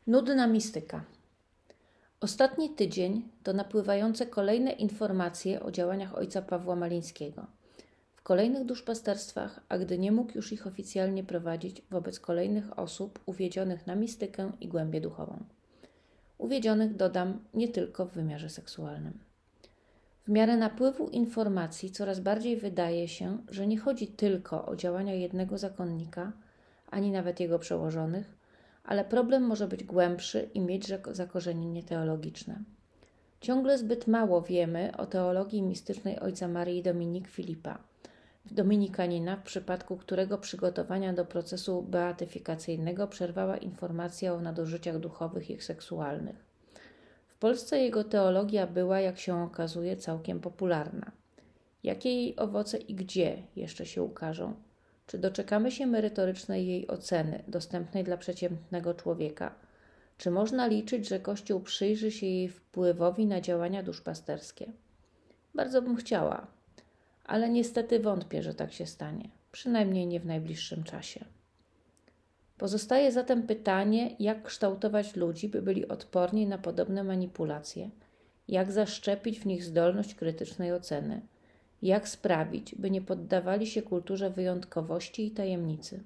Nudna mistyka. Ostatni tydzień to napływające kolejne informacje o działaniach ojca Pawła Malińskiego. W kolejnych duszpasterstwach, a gdy nie mógł już ich oficjalnie prowadzić wobec kolejnych osób uwiedzionych na mistykę i głębię duchową. Uwiedzionych, dodam, nie tylko w wymiarze seksualnym. W miarę napływu informacji coraz bardziej wydaje się, że nie chodzi tylko o działania jednego zakonnika, ani nawet jego przełożonych, ale problem może być głębszy i mieć zakorzenienie teologiczne. Ciągle zbyt mało wiemy o teologii mistycznej ojca Marii Dominik Filipa, dominikanina, w przypadku którego przygotowania do procesu beatyfikacyjnego przerwała informacja o nadużyciach duchowych i seksualnych. W Polsce jego teologia była, jak się okazuje, całkiem popularna. Jakie jej owoce i gdzie jeszcze się ukażą? Czy doczekamy się merytorycznej jej oceny, dostępnej dla przeciętnego człowieka? Czy można liczyć, że Kościół przyjrzy się jej wpływowi na działania duszpasterskie? Bardzo bym chciała, ale niestety wątpię, że tak się stanie, przynajmniej nie w najbliższym czasie. Pozostaje zatem pytanie, jak kształtować ludzi, by byli odporni na podobne manipulacje, jak zaszczepić w nich zdolność krytycznej oceny, jak sprawić, by nie poddawali się kulturze wyjątkowości i tajemnicy.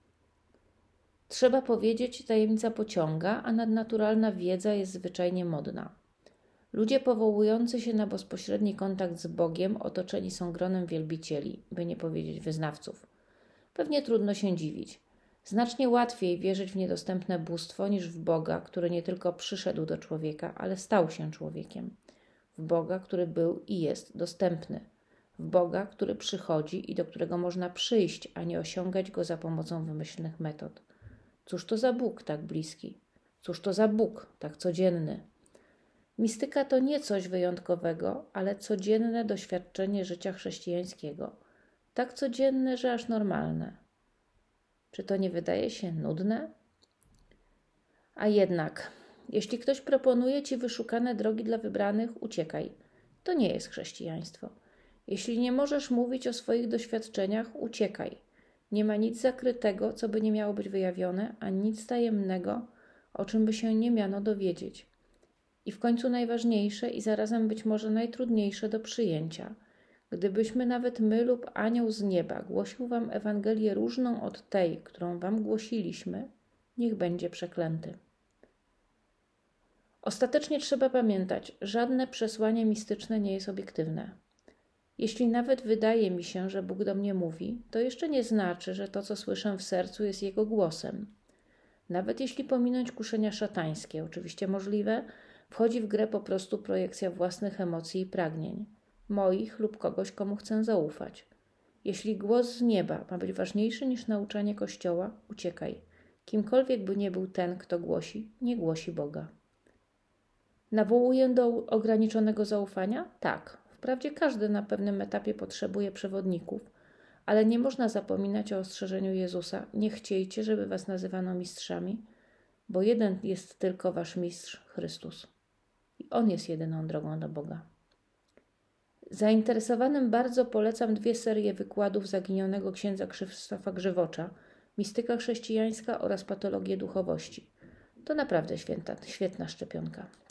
Trzeba powiedzieć, tajemnica pociąga, a nadnaturalna wiedza jest zwyczajnie modna. Ludzie powołujący się na bezpośredni kontakt z Bogiem otoczeni są gronem wielbicieli, by nie powiedzieć wyznawców. Pewnie trudno się dziwić. Znacznie łatwiej wierzyć w niedostępne bóstwo niż w Boga, który nie tylko przyszedł do człowieka, ale stał się człowiekiem. W Boga, który był i jest dostępny. W Boga, który przychodzi i do którego można przyjść, a nie osiągać go za pomocą wymyślnych metod. Cóż to za Bóg tak bliski? Cóż to za Bóg tak codzienny? Mistyka to nie coś wyjątkowego, ale codzienne doświadczenie życia chrześcijańskiego. Tak codzienne, że aż normalne. Czy to nie wydaje się nudne? A jednak, jeśli ktoś proponuje ci wyszukane drogi dla wybranych, uciekaj. To nie jest chrześcijaństwo. Jeśli nie możesz mówić o swoich doświadczeniach, uciekaj. Nie ma nic zakrytego, co by nie miało być wyjawione, ani nic tajemnego, o czym by się nie miano dowiedzieć. I w końcu najważniejsze i zarazem być może najtrudniejsze do przyjęcia. Gdybyśmy nawet my lub anioł z nieba głosił wam Ewangelię różną od tej, którą wam głosiliśmy, niech będzie przeklęty. Ostatecznie trzeba pamiętać, żadne przesłanie mistyczne nie jest obiektywne. Jeśli nawet wydaje mi się, że Bóg do mnie mówi, to jeszcze nie znaczy, że to, co słyszę w sercu, jest Jego głosem. Nawet jeśli pominąć kuszenia szatańskie, oczywiście możliwe, wchodzi w grę po prostu projekcja własnych emocji i pragnień, moich lub kogoś, komu chcę zaufać. Jeśli głos z nieba ma być ważniejszy niż nauczanie Kościoła, uciekaj. Kimkolwiek by nie był ten, kto głosi, nie głosi Boga. Nawołuję do ograniczonego zaufania? Tak. Wprawdzie każdy na pewnym etapie potrzebuje przewodników, ale nie można zapominać o ostrzeżeniu Jezusa: nie chciejcie, żeby was nazywano mistrzami, bo jeden jest tylko wasz mistrz, Chrystus. I On jest jedyną drogą do Boga. Zainteresowanym bardzo polecam 2 serie wykładów zaginionego księdza Krzysztofa Grzywocza, Mistyka chrześcijańska oraz Patologie duchowości. To naprawdę świetna szczepionka.